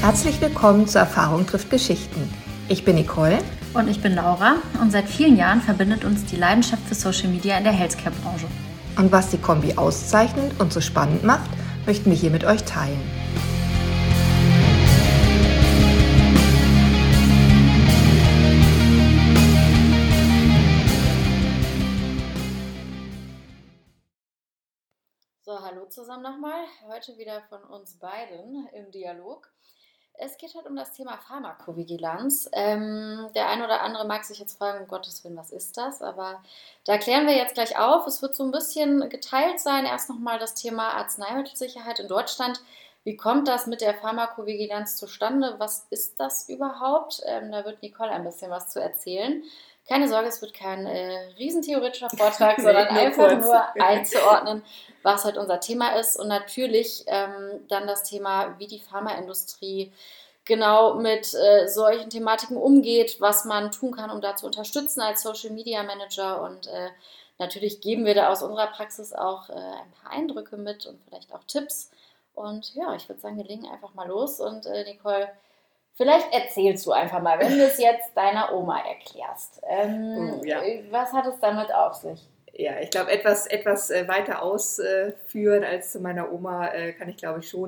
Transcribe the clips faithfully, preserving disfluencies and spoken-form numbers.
Herzlich willkommen zu Erfahrung trifft Geschichten. Ich bin Nicole. Und ich bin Laura und seit vielen Jahren verbindet uns die Leidenschaft für Social Media in der Healthcare-Branche. Und was die Kombi auszeichnet und so spannend macht, möchten wir hier mit euch teilen. So, hallo zusammen nochmal. Heute wieder von uns beiden im Dialog. Es geht halt um das Thema Pharmakovigilanz. Ähm, der eine oder andere mag sich jetzt fragen, um Gottes Willen, was ist das? Aber da klären wir jetzt gleich auf. Es wird so ein bisschen geteilt sein. Erst nochmal das Thema Arzneimittelsicherheit in Deutschland. Wie kommt das mit der Pharmakovigilanz zustande? Was ist das überhaupt? Ähm, da wird Nicole ein bisschen was zu erzählen. Keine Sorge, es wird kein äh, riesentheoretischer Vortrag, sondern nur einfach kurz. Nur einzuordnen, was halt unser Thema ist. Und natürlich ähm, dann das Thema, wie die Pharmaindustrie genau mit äh, solchen Thematiken umgeht, was man tun kann, um da zu unterstützen als Social Media Manager. Und äh, natürlich geben wir da aus unserer Praxis auch äh, ein paar Eindrücke mit und vielleicht auch Tipps. Und ja, ich würde sagen, wir legen einfach mal los. Und äh, Nicole, vielleicht erzählst du einfach mal, wenn du es jetzt deiner Oma erklärst. Ähm, oh, ja. Was hat es damit auf sich? Ja, ich glaube, etwas, etwas weiter ausführen als zu meiner Oma äh, kann ich, glaube ich, schon.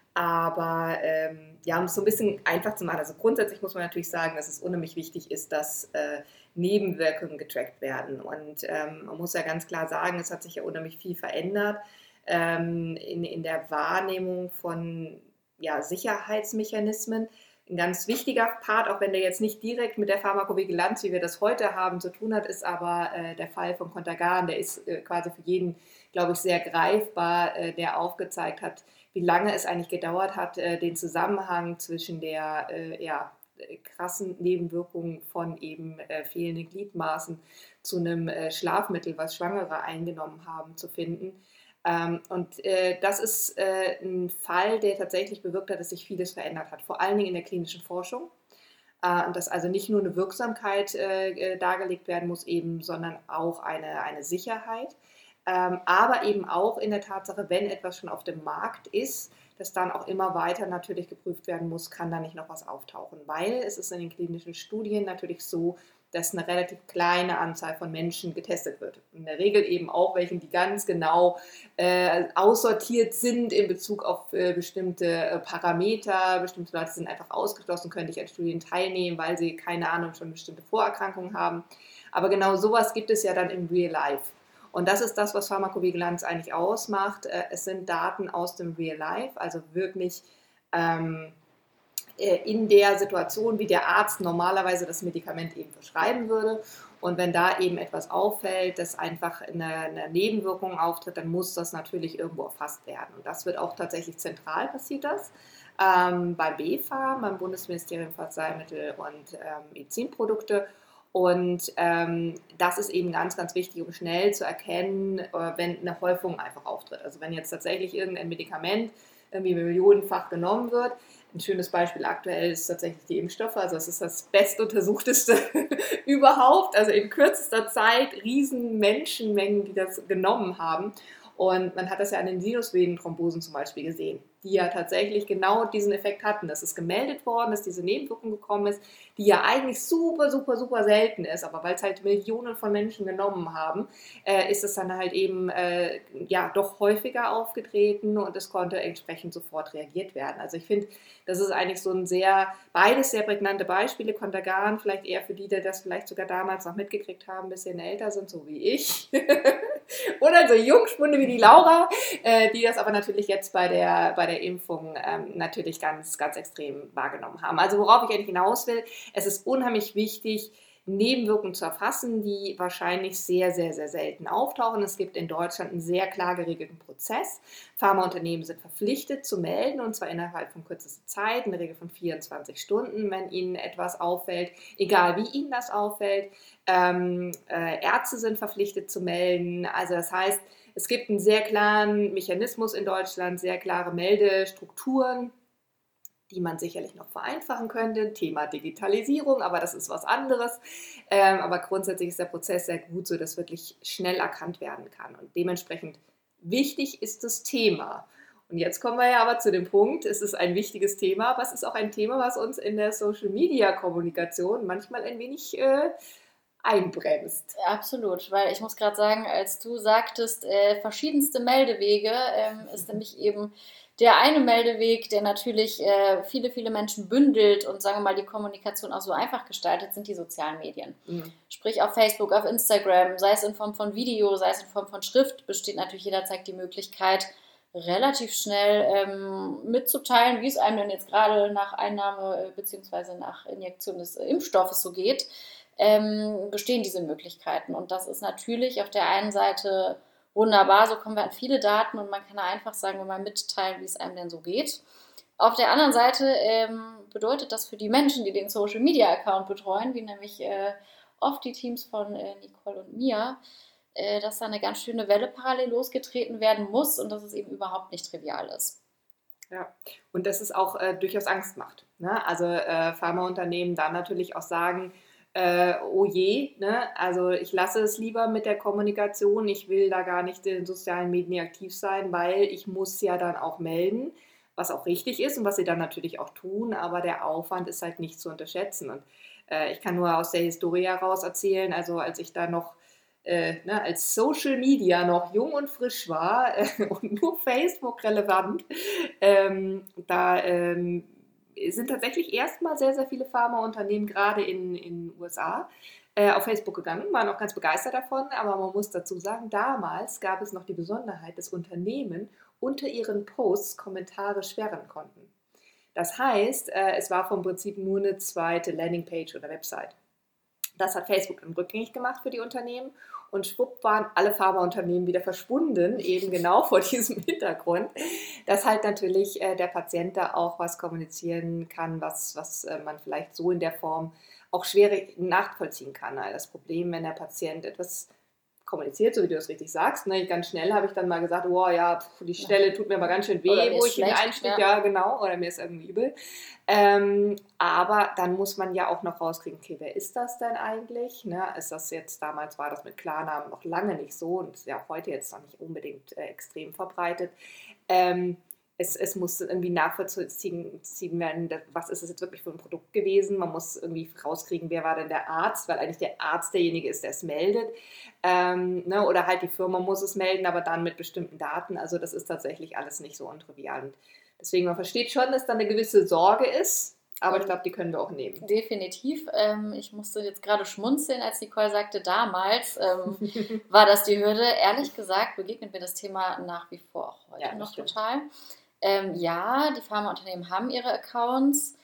Aber ähm, ja, um es so ein bisschen einfach zu machen. Also grundsätzlich muss man natürlich sagen, dass es unheimlich wichtig ist, dass äh, Nebenwirkungen getrackt werden. Und ähm, man muss ja ganz klar sagen, es hat sich ja unheimlich viel verändert ähm, in, in der Wahrnehmung von ja, Sicherheitsmechanismen. Ein ganz wichtiger Part, auch wenn der jetzt nicht direkt mit der Pharmakovigilanz, wie wir das heute haben, zu tun hat, ist aber äh, der Fall von Contergan. Der ist äh, quasi für jeden, glaube ich, sehr greifbar, äh, der aufgezeigt hat, wie lange es eigentlich gedauert hat, äh, den Zusammenhang zwischen der äh, ja, krassen Nebenwirkung von eben äh, fehlenden Gliedmaßen zu einem äh, Schlafmittel, was Schwangere eingenommen haben, zu finden. Ähm, und äh, das ist äh, ein Fall, der tatsächlich bewirkt hat, dass sich vieles verändert hat, vor allen Dingen in der klinischen Forschung. Äh, und dass also nicht nur eine Wirksamkeit äh, dargelegt werden muss, eben, sondern auch eine, eine Sicherheit. Ähm, aber eben auch in der Tatsache, wenn etwas schon auf dem Markt ist, dass dann auch immer weiter natürlich geprüft werden muss, kann da nicht noch was auftauchen. Weil es ist in den klinischen Studien natürlich so, dass eine relativ kleine Anzahl von Menschen getestet wird. In der Regel eben auch welche, die ganz genau äh, aussortiert sind in Bezug auf äh, bestimmte äh, Parameter. Bestimmte Leute sind einfach ausgeschlossen, können nicht an Studien teilnehmen, weil sie, keine Ahnung, schon bestimmte Vorerkrankungen haben. Aber genau sowas gibt es ja dann im Real Life. Und das ist das, was Pharmakovigilanz eigentlich ausmacht. Äh, es sind Daten aus dem Real Life, also wirklich ähm, in der Situation, wie der Arzt normalerweise das Medikament eben verschreiben würde. Und wenn da eben etwas auffällt, dass einfach eine, eine Nebenwirkung auftritt, dann muss das natürlich irgendwo erfasst werden. Und das wird auch tatsächlich zentral, passiert das, ähm, beim B F A, beim Bundesministerium für Arzneimittel und ähm, Medizinprodukte. Und ähm, das ist eben ganz, ganz wichtig, um schnell zu erkennen, äh, wenn eine Häufung einfach auftritt. Also wenn jetzt tatsächlich irgendein Medikament irgendwie millionenfach genommen wird. Ein schönes Beispiel aktuell ist tatsächlich die Impfstoffe. Also es ist das bestuntersuchteste überhaupt. Also in kürzester Zeit riesen Menschenmengen, die das genommen haben. Und man hat das ja an den Sinusvenenthrombosen zum Beispiel gesehen, die ja tatsächlich genau diesen Effekt hatten, dass es gemeldet worden ist, diese Nebenwirkung gekommen ist, die ja eigentlich super, super, super selten ist, aber weil es halt Millionen von Menschen genommen haben, äh, ist es dann halt eben äh, ja doch häufiger aufgetreten und es konnte entsprechend sofort reagiert werden. Also ich finde, das ist eigentlich so ein sehr, beides sehr prägnante Beispiele. Contergan, vielleicht eher für die, die das vielleicht sogar damals noch mitgekriegt haben, ein bisschen älter sind, so wie ich. Oder so Jungspunde wie die Laura, äh, die das aber natürlich jetzt bei der, bei der Impfung ähm, natürlich ganz, ganz extrem wahrgenommen haben. Also worauf ich eigentlich hinaus will, es ist unheimlich wichtig, Nebenwirkungen zu erfassen, die wahrscheinlich sehr, sehr, sehr selten auftauchen. Es gibt in Deutschland einen sehr klar geregelten Prozess. Pharmaunternehmen sind verpflichtet zu melden, und zwar innerhalb von kürzester Zeit, in der Regel von vierundzwanzig Stunden, wenn ihnen etwas auffällt, egal wie ihnen das auffällt. Ähm, äh, Ärzte sind verpflichtet zu melden. Also das heißt, es gibt einen sehr klaren Mechanismus in Deutschland, sehr klare Meldestrukturen, die man sicherlich noch vereinfachen könnte. Thema Digitalisierung, aber das ist was anderes. Ähm, aber grundsätzlich ist der Prozess sehr gut, sodass wirklich schnell erkannt werden kann. Und dementsprechend wichtig ist das Thema. Und jetzt kommen wir ja aber zu dem Punkt, es ist ein wichtiges Thema, aber es ist auch ein Thema, was uns in der Social-Media-Kommunikation manchmal ein wenig äh, einbremst. Absolut, weil ich muss gerade sagen, als du sagtest, äh, verschiedenste Meldewege, ähm, ist nämlich eben der eine Meldeweg, der natürlich äh, viele, viele Menschen bündelt und sagen wir mal die Kommunikation auch so einfach gestaltet, sind die sozialen Medien. Mhm. Sprich auf Facebook, auf Instagram, sei es in Form von Video, sei es in Form von Schrift, besteht natürlich jederzeit die Möglichkeit, relativ schnell ähm, mitzuteilen, wie es einem denn jetzt gerade nach Einnahme äh, bzw. nach Injektion des äh, Impfstoffes so geht. Ähm, bestehen diese Möglichkeiten. Und das ist natürlich auf der einen Seite wunderbar, so kommen wir an viele Daten und man kann einfach sagen, wenn man mitteilen, wie es einem denn so geht. Auf der anderen Seite ähm, bedeutet das für die Menschen, die den Social-Media-Account betreuen, wie nämlich äh, oft die Teams von äh, Nicole und mir, äh, dass da eine ganz schöne Welle parallel losgetreten werden muss und dass es eben überhaupt nicht trivial ist. Ja, und dass es auch äh, durchaus Angst macht. Ne? Also äh, Pharmaunternehmen da natürlich auch sagen, Äh, oh je, ne? Also ich lasse es lieber mit der Kommunikation, ich will da gar nicht in sozialen Medien aktiv sein, weil ich muss ja dann auch melden, was auch richtig ist und was sie dann natürlich auch tun, aber der Aufwand ist halt nicht zu unterschätzen. Und äh, ich kann nur aus der Historie heraus erzählen, also als ich da noch äh, ne, als Social Media noch jung und frisch war äh, und nur Facebook relevant, ähm, da ähm, sind tatsächlich erstmal sehr, sehr viele Pharmaunternehmen, gerade in den U S A, äh, auf Facebook gegangen, waren auch ganz begeistert davon, aber man muss dazu sagen, damals gab es noch die Besonderheit, dass Unternehmen unter ihren Posts Kommentare sperren konnten. Das heißt, äh, es war vom Prinzip nur eine zweite Landingpage oder Website. Das hat Facebook dann rückgängig gemacht für die Unternehmen und schwupp waren alle Pharmaunternehmen wieder verschwunden, eben genau vor diesem Hintergrund, dass halt natürlich äh, der Patient da auch was kommunizieren kann, was, was äh, man vielleicht so in der Form auch schwer nachvollziehen kann. Also das Problem, wenn der Patient etwas kommuniziert, so wie du das richtig sagst. Ne? Ganz schnell habe ich dann mal gesagt, oh ja, pf, die Stelle tut mir mal ganz schön weh, wo ich ihn einstecke. Ja. ja, genau, oder mir ist irgendwie übel. Ähm, aber dann muss man ja auch noch rauskriegen, okay, wer ist das denn eigentlich? Ne? Ist das jetzt, damals war das mit Klarnamen noch lange nicht so und ist ja auch heute jetzt noch nicht unbedingt äh, extrem verbreitet. Ähm, Es, es muss irgendwie nachvollziehen werden, was ist es jetzt wirklich für ein Produkt gewesen. Man muss irgendwie rauskriegen, wer war denn der Arzt, weil eigentlich der Arzt derjenige ist, der es meldet. Ähm, ne? Oder halt die Firma muss es melden, aber dann mit bestimmten Daten. Also das ist tatsächlich alles nicht so untrivial. Und deswegen, man versteht schon, dass da eine gewisse Sorge ist, aber ich glaube, die können wir auch nehmen. Definitiv. Ähm, ich musste jetzt gerade schmunzeln, als Nicole sagte, damals ähm, war das die Hürde. Ehrlich gesagt begegnet mir das Thema nach wie vor auch heute ja, noch stimmt. total. Ähm, ja, die Pharmaunternehmen haben ihre Accounts,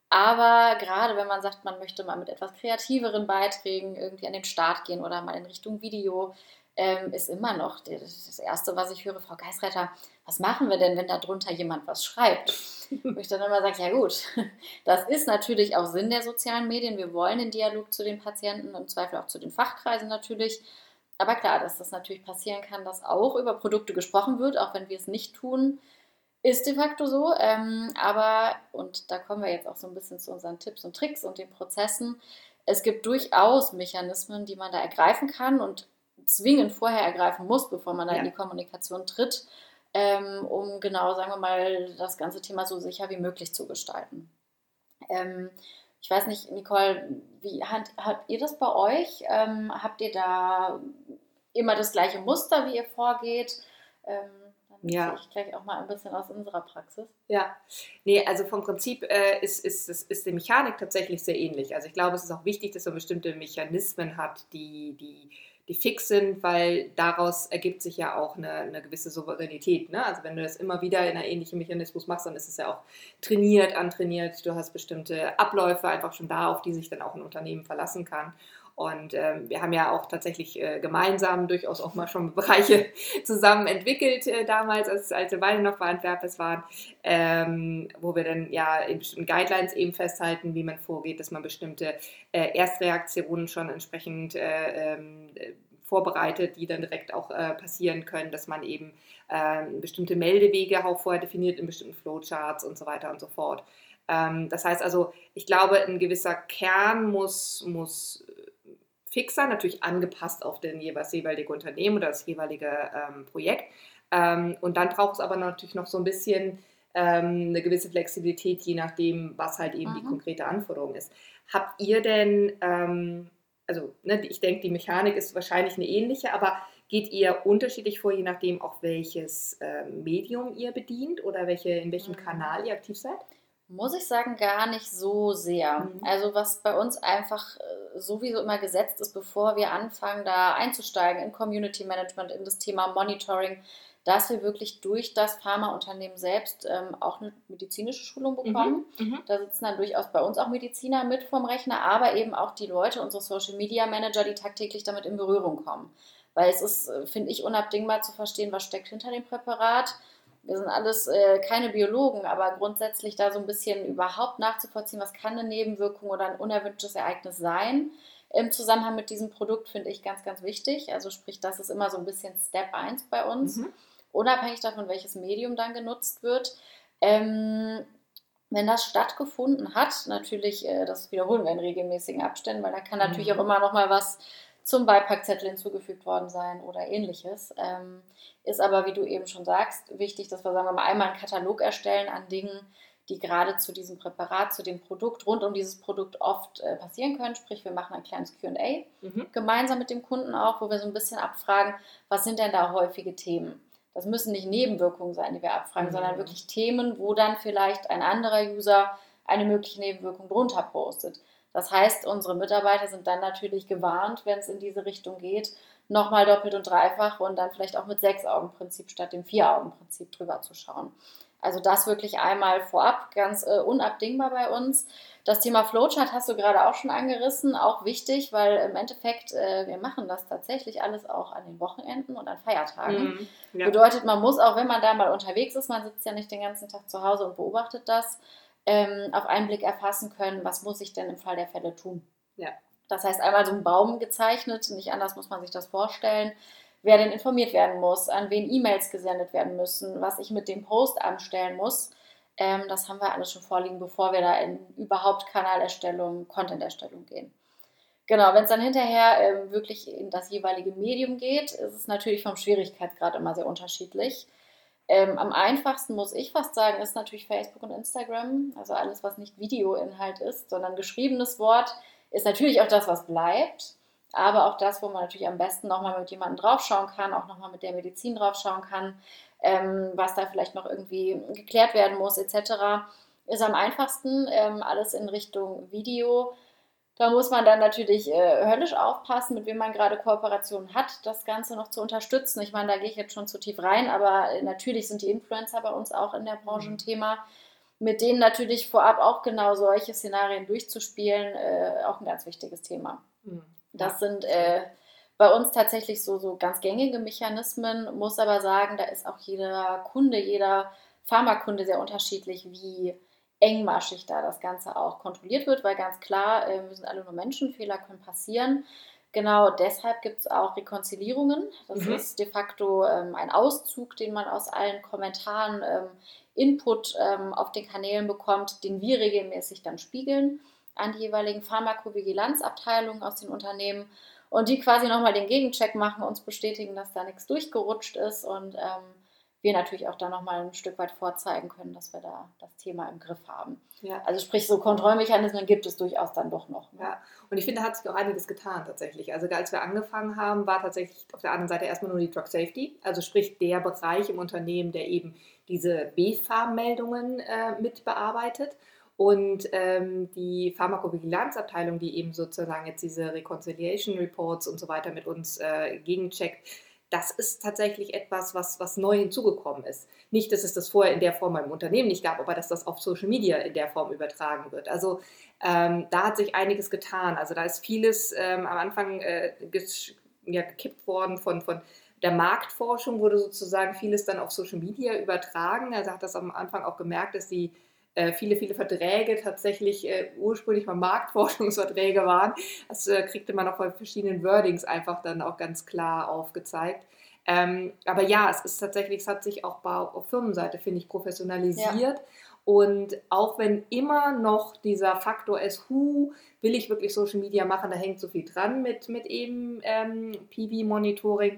aber gerade wenn man sagt, man möchte mal mit etwas kreativeren Beiträgen irgendwie an den Start gehen oder mal in Richtung Video, ähm, ist immer noch das Erste, was ich höre, Frau Geisreiter, was machen wir denn, wenn da drunter jemand was schreibt? Wo ich dann immer sage, ja gut, das ist natürlich auch Sinn der sozialen Medien, wir wollen den Dialog zu den Patienten, im Zweifel auch zu den Fachkreisen natürlich, aber klar, dass das natürlich passieren kann, dass auch über Produkte gesprochen wird, auch wenn wir es nicht tun, ist de facto so, ähm, aber, und da kommen wir jetzt auch so ein bisschen zu unseren Tipps und Tricks und den Prozessen, es gibt durchaus Mechanismen, die man da ergreifen kann und zwingend vorher ergreifen muss, bevor man da ja. in die Kommunikation tritt, ähm, um genau, sagen wir mal, das ganze Thema so sicher wie möglich zu gestalten. Ähm, ich weiß nicht, Nicole, wie habt, habt ihr das bei euch? Ähm, habt ihr da immer das gleiche Muster, wie ihr vorgeht? Ähm, Ja. Ich gleich auch mal ein bisschen aus unserer Praxis. Ja, nee, also vom Prinzip äh, ist, ist, ist, ist die Mechanik tatsächlich sehr ähnlich. Also ich glaube, es ist auch wichtig, dass man bestimmte Mechanismen hat, die, die, die fix sind, weil daraus ergibt sich ja auch eine, eine gewisse Souveränität. Ne? Also wenn du das immer wieder in einem ähnlichen Mechanismus machst, dann ist es ja auch trainiert, antrainiert. Du hast bestimmte Abläufe einfach schon da, auf die sich dann auch ein Unternehmen verlassen kann. Und ähm, wir haben ja auch tatsächlich äh, gemeinsam durchaus auch mal schon Bereiche zusammen entwickelt äh, damals, als, als wir beide noch bei Antwerpes waren, ähm, wo wir dann ja in bestimmten Guidelines eben festhalten, wie man vorgeht, dass man bestimmte äh, Erstreaktionen schon entsprechend äh, ähm, vorbereitet, die dann direkt auch äh, passieren können, dass man eben äh, bestimmte Meldewege auch vorher definiert in bestimmten Flowcharts und so weiter und so fort. Ähm, das heißt also, ich glaube, ein gewisser Kern muss, muss fix sein, natürlich angepasst auf den jeweils jeweilige Unternehmen oder das jeweilige ähm, Projekt. Ähm, und dann braucht es aber natürlich noch so ein bisschen ähm, eine gewisse Flexibilität, je nachdem, was halt eben mhm. die konkrete Anforderung ist. Habt ihr denn, ähm, also ne, ich denke, die Mechanik ist wahrscheinlich eine ähnliche, aber geht ihr unterschiedlich vor, je nachdem auch welches äh, Medium ihr bedient oder welche, in welchem mhm. Kanal ihr aktiv seid? Muss ich sagen, gar nicht so sehr. Mhm. Also was bei uns einfach äh, sowieso immer gesetzt ist, bevor wir anfangen, da einzusteigen in Community Management, in das Thema Monitoring, dass wir wirklich durch das Pharmaunternehmen selbst ähm, auch eine medizinische Schulung bekommen. Mhm. Mhm. Da sitzen dann durchaus bei uns auch Mediziner mit vom Rechner, aber eben auch die Leute, unsere Social Media Manager, die tagtäglich damit in Berührung kommen. Weil es ist, finde ich, unabdingbar zu verstehen, was steckt hinter dem Präparat. Wir sind alles äh, keine Biologen, aber grundsätzlich da so ein bisschen überhaupt nachzuvollziehen, was kann eine Nebenwirkung oder ein unerwünschtes Ereignis sein im Zusammenhang mit diesem Produkt, finde ich ganz, ganz wichtig. Also sprich, das ist immer so ein bisschen Step eins bei uns, mhm. unabhängig davon, welches Medium dann genutzt wird. Ähm, wenn das stattgefunden hat, natürlich, äh, das wiederholen wir in regelmäßigen Abständen, weil da kann natürlich mhm. auch immer noch mal was zum Beipackzettel hinzugefügt worden sein oder ähnliches. Ähm, ist aber, wie du eben schon sagst, wichtig, dass wir, sagen wir mal, einmal einen Katalog erstellen an Dingen, die gerade zu diesem Präparat, zu dem Produkt, rund um dieses Produkt oft äh, passieren können. Sprich, wir machen ein kleines Q und A, mhm. gemeinsam mit dem Kunden auch, wo wir so ein bisschen abfragen, was sind denn da häufige Themen? Das müssen nicht Nebenwirkungen sein, die wir abfragen, mhm. sondern wirklich Themen, wo dann vielleicht ein anderer User eine mögliche Nebenwirkung drunter postet. Das heißt, unsere Mitarbeiter sind dann natürlich gewarnt, wenn es in diese Richtung geht, nochmal doppelt und dreifach und dann vielleicht auch mit Sechs-Augen-Prinzip statt dem Vier-Augen-Prinzip drüber zu schauen. Also das wirklich einmal vorab, ganz äh, unabdingbar bei uns. Das Thema Flowchart hast du gerade auch schon angerissen, auch wichtig, weil im Endeffekt, äh, wir machen das tatsächlich alles auch an den Wochenenden und an Feiertagen. Mhm, ja. Bedeutet, man muss auch, wenn man da mal unterwegs ist, man sitzt ja nicht den ganzen Tag zu Hause und beobachtet das, ähm, auf einen Blick erfassen können, was muss ich denn im Fall der Fälle tun. Ja. Das heißt, einmal so ein Baum gezeichnet, nicht anders muss man sich das vorstellen, wer denn informiert werden muss, an wen E-Mails gesendet werden müssen, was ich mit dem Post anstellen muss. Ähm, das haben wir alles schon vorliegen, bevor wir da in überhaupt Kanalerstellung, Content-Erstellung gehen. Genau, wenn es dann hinterher äh, wirklich in das jeweilige Medium geht, ist es natürlich vom Schwierigkeitsgrad immer sehr unterschiedlich. Ähm, am einfachsten, muss ich fast sagen, ist natürlich Facebook und Instagram. Also alles, was nicht Videoinhalt ist, sondern geschriebenes Wort, ist natürlich auch das, was bleibt. Aber auch das, wo man natürlich am besten nochmal mit jemandem draufschauen kann, auch nochmal mit der Medizin draufschauen kann, ähm, was da vielleicht noch irgendwie geklärt werden muss, et cetera, ist am einfachsten. Ähm, alles in Richtung Video. Da muss man dann natürlich äh, höllisch aufpassen, mit wem man gerade Kooperationen hat, das Ganze noch zu unterstützen. Ich meine, da gehe ich jetzt schon zu tief rein, aber natürlich sind die Influencer bei uns auch in der Branche ein Thema. Mit denen natürlich vorab auch genau solche Szenarien durchzuspielen, äh, auch ein ganz wichtiges Thema. Mhm. Das sind äh, bei uns tatsächlich so, so ganz gängige Mechanismen, muss aber sagen, da ist auch jeder Kunde, jeder Pharmakunde sehr unterschiedlich, wie engmaschig da das Ganze auch kontrolliert wird, weil ganz klar, äh, wir sind alle nur Menschen, Fehler können passieren. Genau deshalb gibt es auch Rekonzilierungen. Das mhm. ist de facto ähm, ein Auszug, den man aus allen Kommentaren, ähm, Input ähm, auf den Kanälen bekommt, den wir regelmäßig dann spiegeln an die jeweiligen Pharmakovigilanzabteilungen aus den Unternehmen und die quasi nochmal den Gegencheck machen, uns bestätigen, dass da nichts durchgerutscht ist und ähm, wir natürlich auch da nochmal ein Stück weit vorzeigen können, dass wir da das Thema im Griff haben. Ja. Also sprich, so Kontrollmechanismen gibt es durchaus dann doch noch. Ne? Ja, und ich finde, da hat sich auch einiges getan tatsächlich. Also als wir angefangen haben, war tatsächlich auf der anderen Seite erstmal nur die Drug Safety, also sprich der Bereich im Unternehmen, der eben diese B Pharm-Meldungen äh, mit bearbeitet. Und ähm, die Pharmakovigilanzabteilung, die eben sozusagen jetzt diese Reconciliation Reports und so weiter mit uns äh, gegencheckt, das ist tatsächlich etwas, was, was neu hinzugekommen ist. Nicht, dass es das vorher in der Form im Unternehmen nicht gab, aber dass das auf Social Media in der Form übertragen wird. Also ähm, da hat sich einiges getan. Also da ist vieles ähm, am Anfang äh, ges- ja, gekippt worden von, von der Marktforschung, wurde sozusagen vieles dann auf Social Media übertragen. Also hat das am Anfang auch gemerkt, dass die äh, viele, viele Verträge tatsächlich äh, ursprünglich mal Marktforschungsverträge waren. Das äh, kriegte man auch bei verschiedenen Wordings einfach dann auch ganz klar aufgezeigt. Ähm, aber ja, es ist tatsächlich, es hat sich auch bei, auf Firmenseite, finde ich, professionalisiert. Ja. Und auch wenn immer noch dieser Faktor ist, hu, will ich wirklich Social Media machen, da hängt so viel dran mit, mit eben ähm, P V-Monitoring.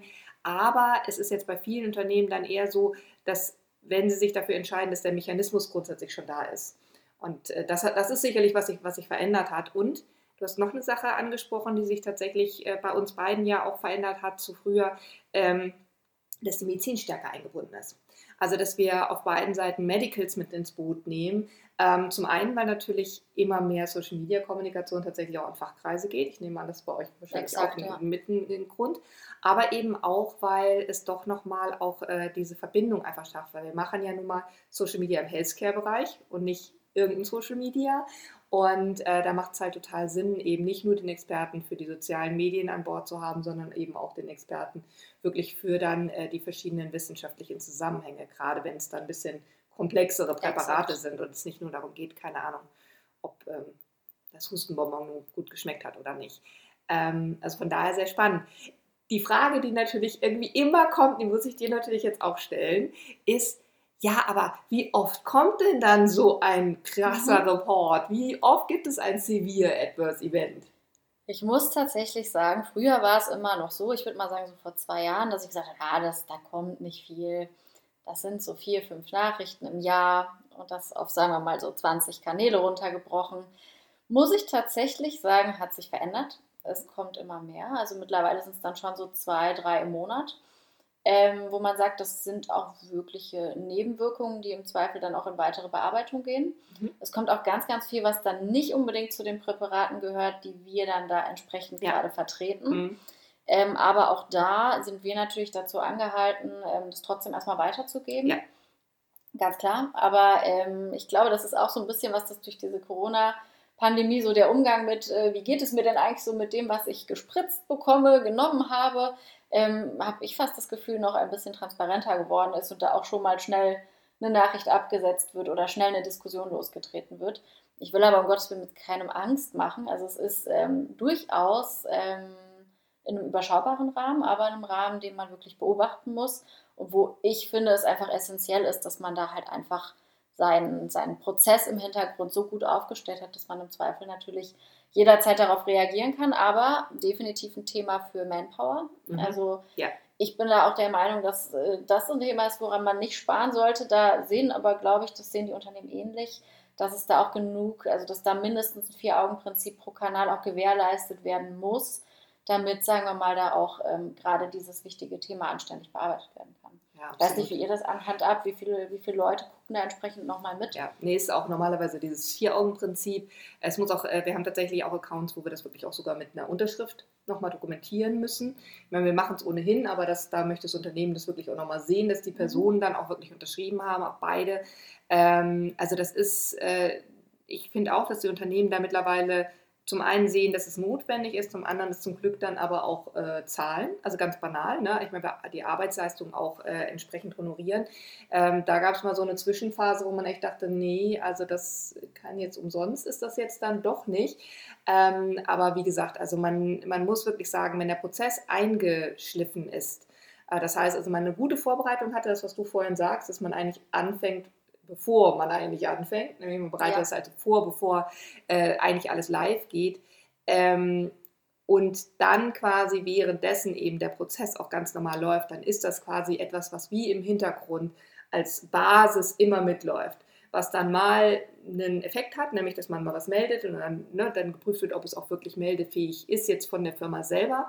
Aber es ist jetzt bei vielen Unternehmen dann eher so, dass wenn sie sich dafür entscheiden, dass der Mechanismus grundsätzlich schon da ist. Und äh, das, das ist sicherlich, was sich, was sich verändert hat. Und du hast noch eine Sache angesprochen, die sich tatsächlich äh, bei uns beiden ja auch verändert hat zu früher, ähm, dass die Medizin stärker eingebunden ist. Also dass wir auf beiden Seiten Medicals mit ins Boot nehmen. Ähm, zum einen, weil natürlich immer mehr Social-Media-Kommunikation tatsächlich auch in Fachkreise geht. Ich nehme an, das ist bei euch wahrscheinlich Exakt, auch ja. mitten im Grund. Aber eben auch, weil es doch nochmal auch äh, diese Verbindung einfach schafft. Weil wir machen ja nun mal Social-Media im Healthcare-Bereich und nicht irgendein Social-Media. Und äh, da macht es halt total Sinn, eben nicht nur den Experten für die sozialen Medien an Bord zu haben, sondern eben auch den Experten wirklich für dann äh, die verschiedenen wissenschaftlichen Zusammenhänge, gerade wenn es dann ein bisschen komplexere Präparate Exakt. sind und es nicht nur darum geht, keine Ahnung, ob ähm, das Hustenbonbon nun gut geschmeckt hat oder nicht. Ähm, also von daher sehr spannend. Die Frage, die natürlich irgendwie immer kommt, die muss ich dir natürlich jetzt auch stellen, ist, ja, aber wie oft kommt denn dann so ein krasser Mhm. Report? Wie oft gibt es ein Severe Adverse Event? Ich muss tatsächlich sagen, früher war es immer noch so, ich würde mal sagen so vor zwei Jahren, dass ich gesagt habe, ah, das, da kommt nicht viel. Das sind so vier, fünf Nachrichten im Jahr und das auf, sagen wir mal, so zwanzig Kanäle runtergebrochen. Muss ich tatsächlich sagen, hat sich verändert. Es kommt immer mehr. Also mittlerweile sind es dann schon so zwei, drei im Monat, ähm, wo man sagt, das sind auch wirkliche Nebenwirkungen, die im Zweifel dann auch in weitere Bearbeitung gehen. Mhm. Es kommt auch ganz, ganz viel, was dann nicht unbedingt zu den Präparaten gehört, die wir dann da entsprechend Ja. gerade vertreten. Mhm. Ähm, aber auch da sind wir natürlich dazu angehalten, ähm, das trotzdem erstmal weiterzugeben. Ja. Ganz klar. Aber ähm, ich glaube, das ist auch so ein bisschen, was das durch diese Corona-Pandemie, so der Umgang mit, äh, wie geht es mir denn eigentlich so mit dem, was ich gespritzt bekomme, genommen habe, ähm, habe ich fast das Gefühl, noch ein bisschen transparenter geworden ist und da auch schon mal schnell eine Nachricht abgesetzt wird oder schnell eine Diskussion losgetreten wird. Ich will aber um Gottes Willen mit keinem Angst machen. Also es ist ähm, durchaus ähm, in einem überschaubaren Rahmen, aber in einem Rahmen, den man wirklich beobachten muss und wo ich finde, es einfach essentiell ist, dass man da halt einfach seinen, seinen Prozess im Hintergrund so gut aufgestellt hat, dass man im Zweifel natürlich jederzeit darauf reagieren kann, aber definitiv ein Thema für Manpower. Mhm. Also Ja. ich bin da auch der Meinung, dass äh, das ein Thema ist, woran man nicht sparen sollte. Da sehen aber, glaube ich, das sehen die Unternehmen ähnlich, dass es da auch genug, also dass da mindestens ein Vier-Augen-Prinzip pro Kanal auch gewährleistet werden muss, damit, sagen wir mal, da auch ähm, gerade dieses wichtige Thema anständig bearbeitet werden kann. Ja, ich weiß nicht, wie ihr das handhabt, wie viele, wie viele Leute gucken da entsprechend nochmal mit. Ja, nee, ist auch normalerweise dieses Vier-Augen-Prinzip. Es muss auch, äh, wir haben tatsächlich auch Accounts, wo wir das wirklich auch sogar mit einer Unterschrift nochmal dokumentieren müssen. Ich meine, wir machen es ohnehin, aber das, da möchte das Unternehmen das wirklich auch nochmal sehen, dass die Personen dann auch wirklich unterschrieben haben, auch beide. Ähm, also das ist, äh, ich finde auch, dass die Unternehmen da mittlerweile zum einen sehen, dass es notwendig ist, zum anderen ist zum Glück dann aber auch äh, zahlen, also ganz banal, ne? Ich meine, die Arbeitsleistung auch äh, entsprechend honorieren. Ähm, da gab es mal so eine Zwischenphase, wo man echt dachte, nee, also das kann jetzt umsonst, ist das jetzt dann doch nicht. Ähm, aber wie gesagt, also man, man muss wirklich sagen, wenn der Prozess eingeschliffen ist, äh, das heißt also, man eine gute Vorbereitung hatte, das, was du vorhin sagst, dass man eigentlich anfängt, bevor man eigentlich anfängt, nämlich man bereitet Ja. das also vor, bevor äh, eigentlich alles live geht. Ähm, und dann quasi währenddessen eben der Prozess auch ganz normal läuft, dann ist das quasi etwas, was wie im Hintergrund als Basis immer mitläuft, was dann mal einen Effekt hat, nämlich dass man mal was meldet und dann, ne, dann geprüft wird, ob es auch wirklich meldefähig ist jetzt von der Firma selber.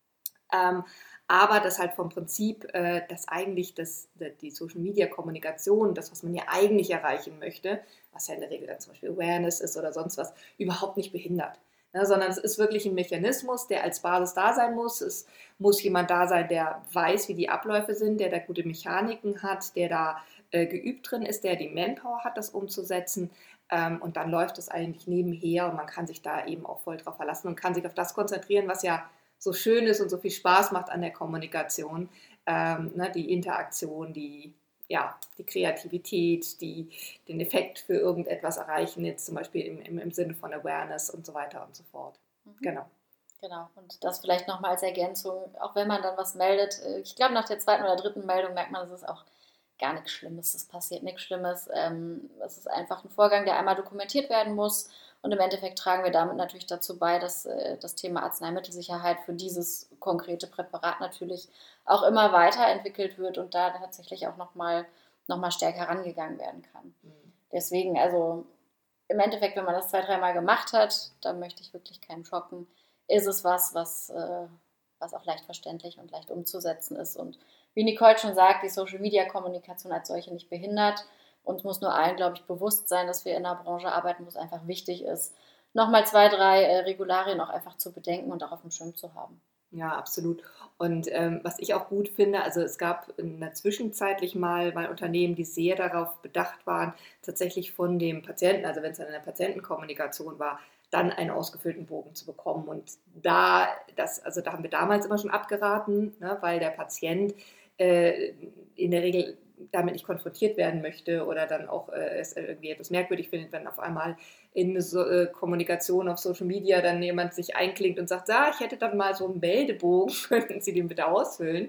Ähm, aber das halt vom Prinzip, äh, dass eigentlich das, die Social-Media-Kommunikation, das, was man ja eigentlich erreichen möchte, was ja in der Regel dann zum Beispiel Awareness ist oder sonst was, überhaupt nicht behindert. Ne, sondern es ist wirklich ein Mechanismus, der als Basis da sein muss. Es muss jemand da sein, der weiß, wie die Abläufe sind, der da gute Mechaniken hat, der da äh, geübt drin ist, der die Manpower hat, das umzusetzen. Ähm, und dann läuft es eigentlich nebenher und man kann sich da eben auch voll drauf verlassen und kann sich auf das konzentrieren, was ja so schön ist und so viel Spaß macht an der Kommunikation, ähm, ne, die Interaktion, die, ja, die Kreativität, die, den Effekt für irgendetwas erreichen, jetzt zum Beispiel im, im, im Sinne von Awareness und so weiter und so fort. Mhm. Genau. Genau, und das vielleicht nochmal als Ergänzung, auch wenn man dann was meldet, ich glaube nach der zweiten oder dritten Meldung merkt man, dass es auch gar nichts Schlimmes, es passiert nichts Schlimmes. Ähm, es ist einfach ein Vorgang, der einmal dokumentiert werden muss. Und im Endeffekt tragen wir damit natürlich dazu bei, dass äh, das Thema Arzneimittelsicherheit für dieses konkrete Präparat natürlich auch immer weiterentwickelt wird und da tatsächlich auch nochmal noch mal stärker rangegangen werden kann. Mhm. Deswegen, also im Endeffekt, wenn man das zwei, dreimal gemacht hat, dann möchte ich wirklich keinen schocken, ist es was, was, äh, was auch leicht verständlich und leicht umzusetzen ist. Und wie Nicole schon sagt, die Social-Media-Kommunikation als solche nicht behindert. Uns muss nur allen, glaube ich, bewusst sein, dass wir in einer Branche arbeiten, wo es einfach wichtig ist, nochmal zwei, drei äh, Regularien auch einfach zu bedenken und auch auf dem Schirm zu haben. Ja, absolut. Und ähm, was ich auch gut finde, also es gab in der zwischenzeitlich mal, mal Unternehmen, die sehr darauf bedacht waren, tatsächlich von dem Patienten, also wenn es dann in der Patientenkommunikation war, dann einen ausgefüllten Bogen zu bekommen. Und da, das, also da haben wir damals immer schon abgeraten, ne, weil der Patient äh, in der Regel damit nicht konfrontiert werden möchte oder dann auch äh, es irgendwie etwas merkwürdig findet, wenn auf einmal in so, äh, Kommunikation auf Social Media dann jemand sich einklingt und sagt, ah, ich hätte dann mal so einen Meldebogen, könnten Sie den bitte ausfüllen?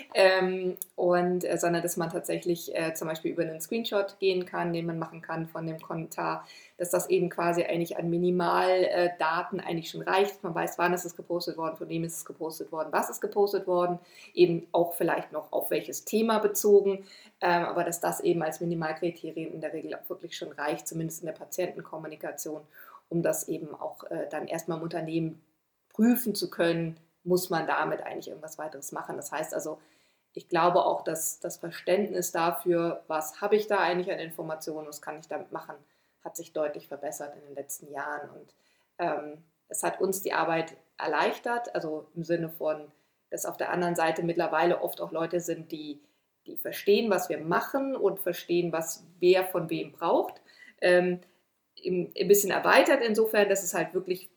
Ähm, und, äh, sondern dass man tatsächlich äh, zum Beispiel über einen Screenshot gehen kann, den man machen kann von dem Kommentar, dass das eben quasi eigentlich an Minimaldaten äh, eigentlich schon reicht. Man weiß, wann ist es gepostet worden, von wem ist es gepostet worden, was ist gepostet worden, eben auch vielleicht noch auf welches Thema bezogen, ähm, aber dass das eben als Minimalkriterium in der Regel auch wirklich schon reicht, zumindest in der Patientenkommunikation, um das eben auch äh, dann erstmal im Unternehmen prüfen zu können, muss man damit eigentlich irgendwas weiteres machen. Das heißt also, ich glaube auch, dass das Verständnis dafür, was habe ich da eigentlich an Informationen, was kann ich damit machen, hat sich deutlich verbessert in den letzten Jahren. Und ähm, es hat uns die Arbeit erleichtert, also im Sinne von, dass auf der anderen Seite mittlerweile oft auch Leute sind, die, die verstehen, was wir machen und verstehen, was wer von wem braucht. Ähm, ein bisschen erweitert insofern, dass es halt wirklich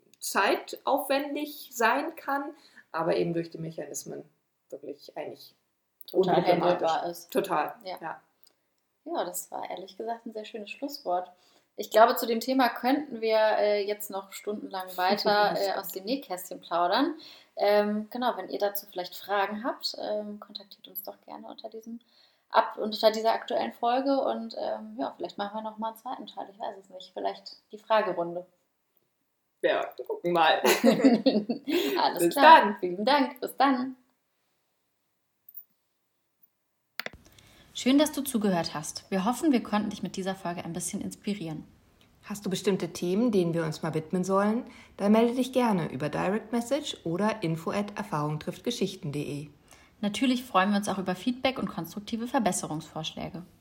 zeitaufwendig sein kann, aber eben durch die Mechanismen wirklich eigentlich total handelbar ist. Total, ja. ja. Ja, das war ehrlich gesagt ein sehr schönes Schlusswort. Ich glaube, zu dem Thema könnten wir äh, jetzt noch stundenlang weiter äh, aus dem Nähkästchen plaudern. Ähm, genau, wenn ihr dazu vielleicht Fragen habt, ähm, kontaktiert uns doch gerne unter diesem ab unter dieser aktuellen Folge und ähm, ja, vielleicht machen wir noch mal einen zweiten Teil, ich weiß es nicht, vielleicht die Fragerunde. Ja, gucken mal. Alles bis klar. Dann. Vielen Dank, bis dann. Schön, dass du zugehört hast. Wir hoffen, wir konnten dich mit dieser Folge ein bisschen inspirieren. Hast du bestimmte Themen, denen wir uns mal widmen sollen? Dann melde dich gerne über Direct Message oder info at erfahrungtrifftgeschichten punkt de. Natürlich freuen wir uns auch über Feedback und konstruktive Verbesserungsvorschläge.